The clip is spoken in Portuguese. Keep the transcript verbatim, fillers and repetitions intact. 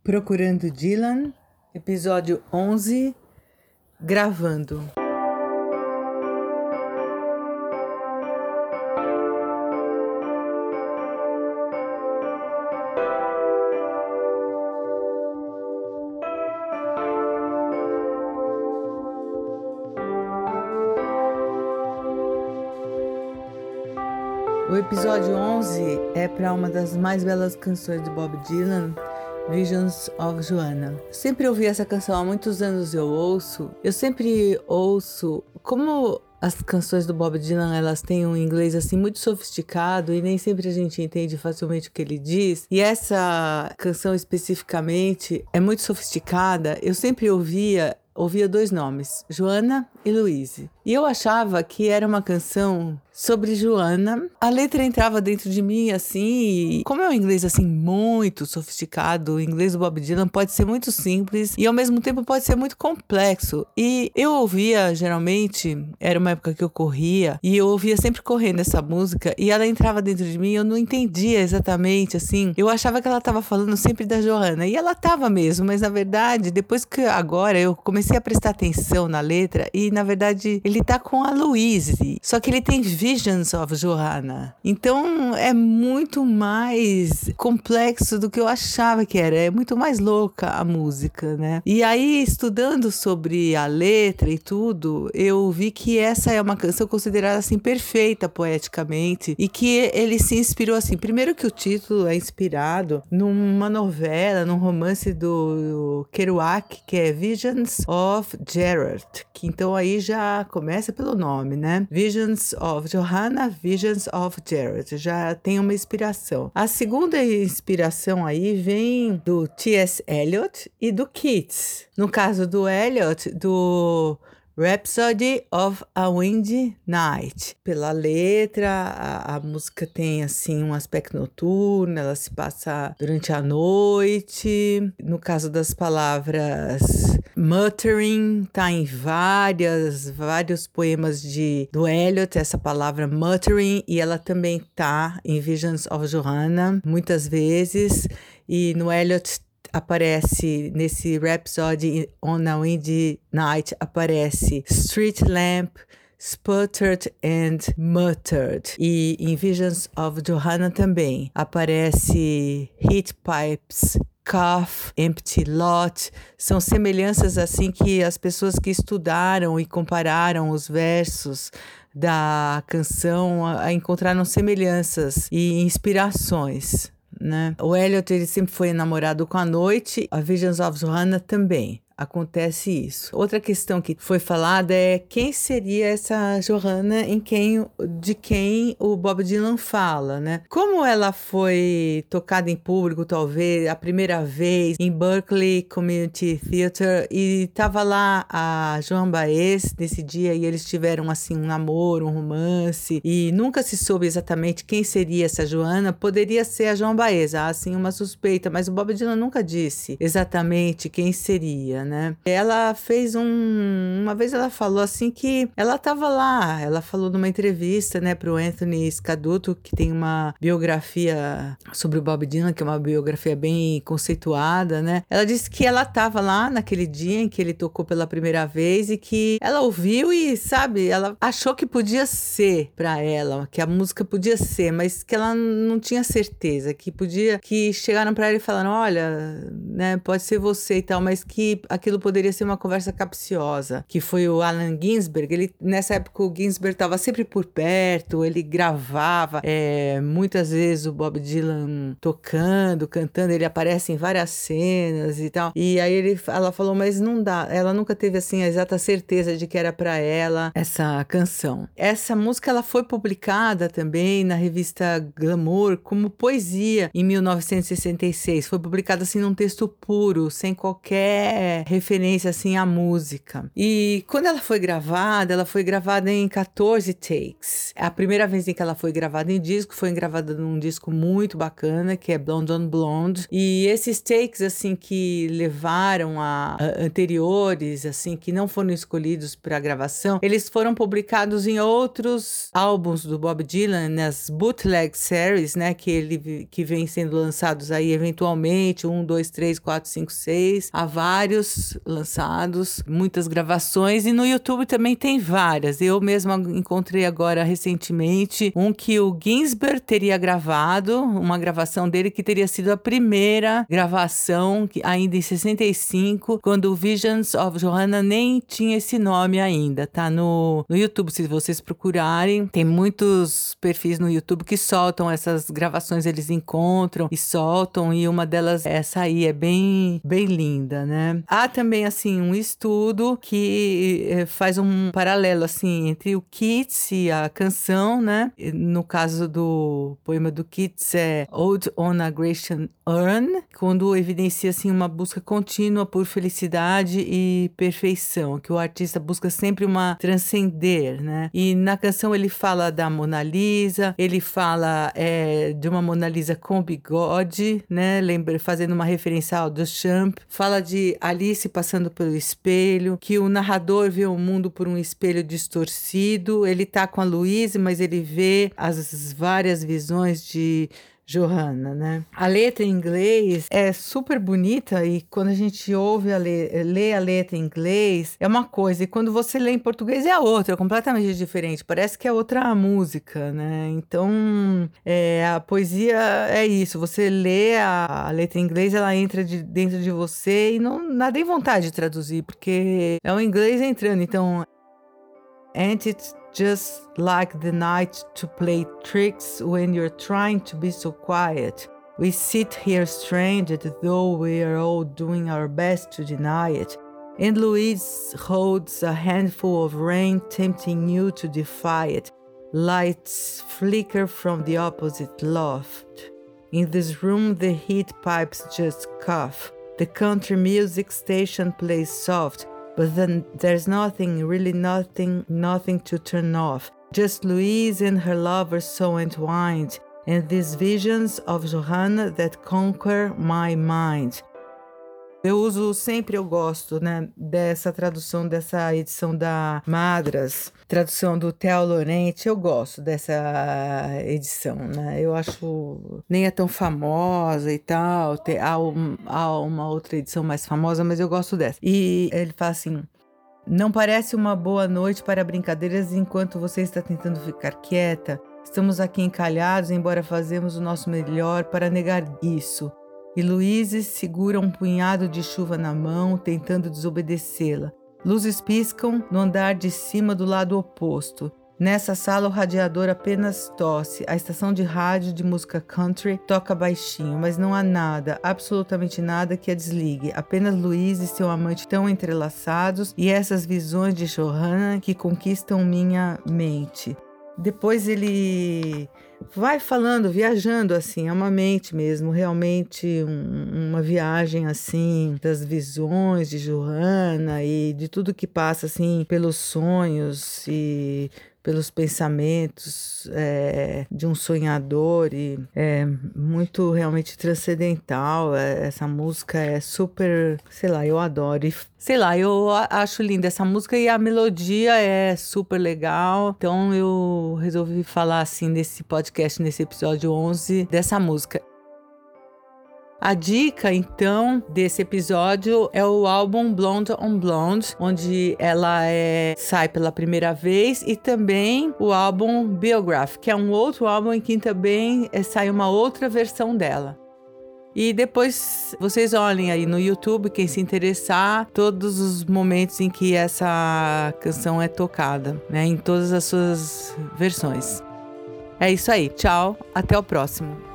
Procurando Dylan, episódio onze, gravando. O episódio onze é para uma das mais belas canções de Bob Dylan, Visions of Joanna. Sempre ouvi essa canção, há muitos anos eu ouço. Eu sempre ouço, como as canções do Bob Dylan, elas têm um inglês assim muito sofisticado e nem sempre a gente entende facilmente o que ele diz. E essa canção especificamente é muito sofisticada. Eu sempre ouvia ouvia dois nomes, Joanna e Louise. E eu achava que era uma canção sobre Joanna. A letra entrava dentro de mim assim, e como é um inglês assim muito sofisticado, o inglês do Bob Dylan pode ser muito simples e ao mesmo tempo pode ser muito complexo. E eu ouvia geralmente, era uma época que eu corria, e eu ouvia sempre correndo essa música e ela entrava dentro de mim, eu não entendia exatamente assim. Eu achava que ela estava falando sempre da Joanna, e ela estava mesmo, mas na verdade, depois que agora eu comecei a prestar atenção na letra, e na verdade ele tá com a Louise, só que ele tem Visions of Joanna. Então é muito mais complexo do que eu achava que era, é muito mais louca a música, né? E aí, estudando sobre a letra e tudo, eu vi que essa é uma canção considerada assim perfeita poeticamente, e que ele se inspirou assim, primeiro que o título é inspirado numa novela, num romance do Kerouac, que é Visions of Gerard, que então aí já começa pelo nome, né? Visions of Joanna, Visions of Gerard, já tem uma inspiração. A segunda inspiração aí vem do T S Eliot e do Keats. No caso do Eliot, do Rhapsody of a Windy Night. Pela letra, a, a música tem assim um aspecto noturno, ela se passa durante a noite. No caso das palavras, muttering tá em várias, vários poemas de, do Eliot, essa palavra muttering, e ela também tá em Visions of Joanna, muitas vezes, e no Eliot aparece, nesse Rhapsody on a Windy Night, aparece street lamp, sputtered and muttered. E em Visions of Joanna também aparece heat pipes, cough, empty lot. São semelhanças assim que as pessoas que estudaram e compararam os versos da canção a, a encontraram semelhanças e inspirações, né? O Eliot, ele sempre foi enamorado com a noite, a Visions of Joanna também. Acontece isso. Outra questão que foi falada é quem seria essa Joanna em quem, de quem o Bob Dylan fala, né? Como ela foi tocada em público, talvez, a primeira vez em Berkeley Community Theatre, e tava lá a Joan Baez nesse dia, e eles tiveram assim um namoro, um romance, e nunca se soube exatamente quem seria essa Joanna. Poderia ser a Joan Baez, há assim uma suspeita, mas o Bob Dylan nunca disse exatamente quem seria, né? Ela fez um... Uma vez ela falou assim que ela estava lá, ela falou numa entrevista, né, pro Anthony Scaduto, que tem uma biografia sobre o Bob Dylan, que é uma biografia bem conceituada, né? Ela disse que ela estava lá naquele dia em que ele tocou pela primeira vez e que ela ouviu e, sabe, ela achou que podia ser pra ela, que a música podia ser, mas que ela não tinha certeza, que podia, que chegaram pra ela e falaram, olha, né, pode ser você e tal, mas que aquilo poderia ser uma conversa capciosa, que foi o Allen Ginsberg. Ele, nessa época o Ginsberg estava sempre por perto, ele gravava é, muitas vezes o Bob Dylan tocando, cantando, ele aparece em várias cenas e tal, e aí ele, ela falou, mas não dá, ela nunca teve assim a exata certeza de que era para ela essa canção. Essa música ela foi publicada também na revista Glamour como poesia em mil novecentos e sessenta e seis, foi publicada assim num texto puro, sem qualquer referência assim à música. E quando ela foi gravada, ela foi gravada em catorze takes. A primeira vez em que ela foi gravada em disco, foi gravada num disco muito bacana, que é Blonde on Blonde. E esses takes assim que levaram a, a anteriores, assim, que não foram escolhidos para gravação, eles foram publicados em outros álbuns do Bob Dylan, nas bootleg series, né, que ele que vem sendo lançados aí eventualmente, um, dois, três três, quatro, cinco, seis. Há vários lançados, muitas gravações, e no YouTube também tem várias. Eu mesma encontrei agora recentemente um que o Ginsberg teria gravado, uma gravação dele que teria sido a primeira gravação, que, ainda em sessenta e cinco, quando o Visions of Johanna nem tinha esse nome ainda. Tá no, no YouTube, se vocês procurarem, tem muitos perfis no YouTube que soltam essas gravações, eles encontram e soltam, e uma delas, essa aí, é bem, bem linda, né? Há também, assim, um estudo que eh, faz um paralelo, assim, entre o Keats e a canção, né? No caso do poema do Keats é Ode on a Grecian Urn, quando evidencia, assim, uma busca contínua por felicidade e perfeição, que o artista busca sempre uma transcender, né? E na canção ele fala da Mona Lisa, ele fala é, de uma Mona Lisa com bigode, né? Lembra, fazendo uma referência ao Duchamp, fala de Alice passando pelo espelho, que o narrador vê o mundo por um espelho distorcido, ele tá com a Louise, mas ele vê as várias visões de Johanna, né? A letra em inglês é super bonita, e quando a gente ouve a le- lê a letra em inglês é uma coisa, e quando você lê em português é a outra, completamente diferente, parece que é outra música, né? Então é, a poesia é isso, você lê a, a letra em inglês, ela entra de, dentro de você e não dá nem vontade de traduzir, porque é o inglês entrando. Então, ain't it just like the night to play tricks when you're trying to be so quiet? We sit here stranded, though we are all doing our best to deny it. And Louise holds a handful of rain, tempting you to defy it. Lights flicker from the opposite loft. In this room, the heat pipes just cough. The country music station plays soft. But then there's nothing, really nothing, nothing to turn off. Just Louise and her lover so entwined, and these visions of Johanna that conquer my mind. Eu uso sempre, eu gosto, né, dessa tradução, dessa edição da Madras, tradução do Theo Laurent, eu gosto dessa edição, né, eu acho, nem é tão famosa e tal, tem, há, um, há uma outra edição mais famosa, mas eu gosto dessa. E ele fala assim: não parece uma boa noite para brincadeiras enquanto você está tentando ficar quieta? Estamos aqui encalhados, embora fazemos o nosso melhor para negar isso. E Louise segura um punhado de chuva na mão, tentando desobedecê-la. Luzes piscam no andar de cima do lado oposto. Nessa sala, o radiador apenas tosse. A estação de rádio de música country toca baixinho, mas não há nada, absolutamente nada que a desligue. Apenas Louise e seu amante tão entrelaçados, e essas visões de Johanna que conquistam minha mente. Depois ele vai falando, viajando assim, é uma mente mesmo, realmente um, uma viagem assim, das visões de Johanna e de tudo que passa assim pelos sonhos e pelos pensamentos é, de um sonhador, e é muito realmente transcendental. É, essa música é super, sei lá, eu adoro. E, sei lá, eu acho linda essa música, e a melodia é super legal. Então eu resolvi falar assim nesse podcast, nesse episódio onze, dessa música. A dica, então, desse episódio é o álbum Blonde on Blonde, onde ela é, sai pela primeira vez, e também o álbum Biograph, que é um outro álbum em que também é, sai uma outra versão dela. E depois vocês olhem aí no YouTube, quem se interessar, todos os momentos em que essa canção é tocada, né, em todas as suas versões. É isso aí, tchau, até o próximo.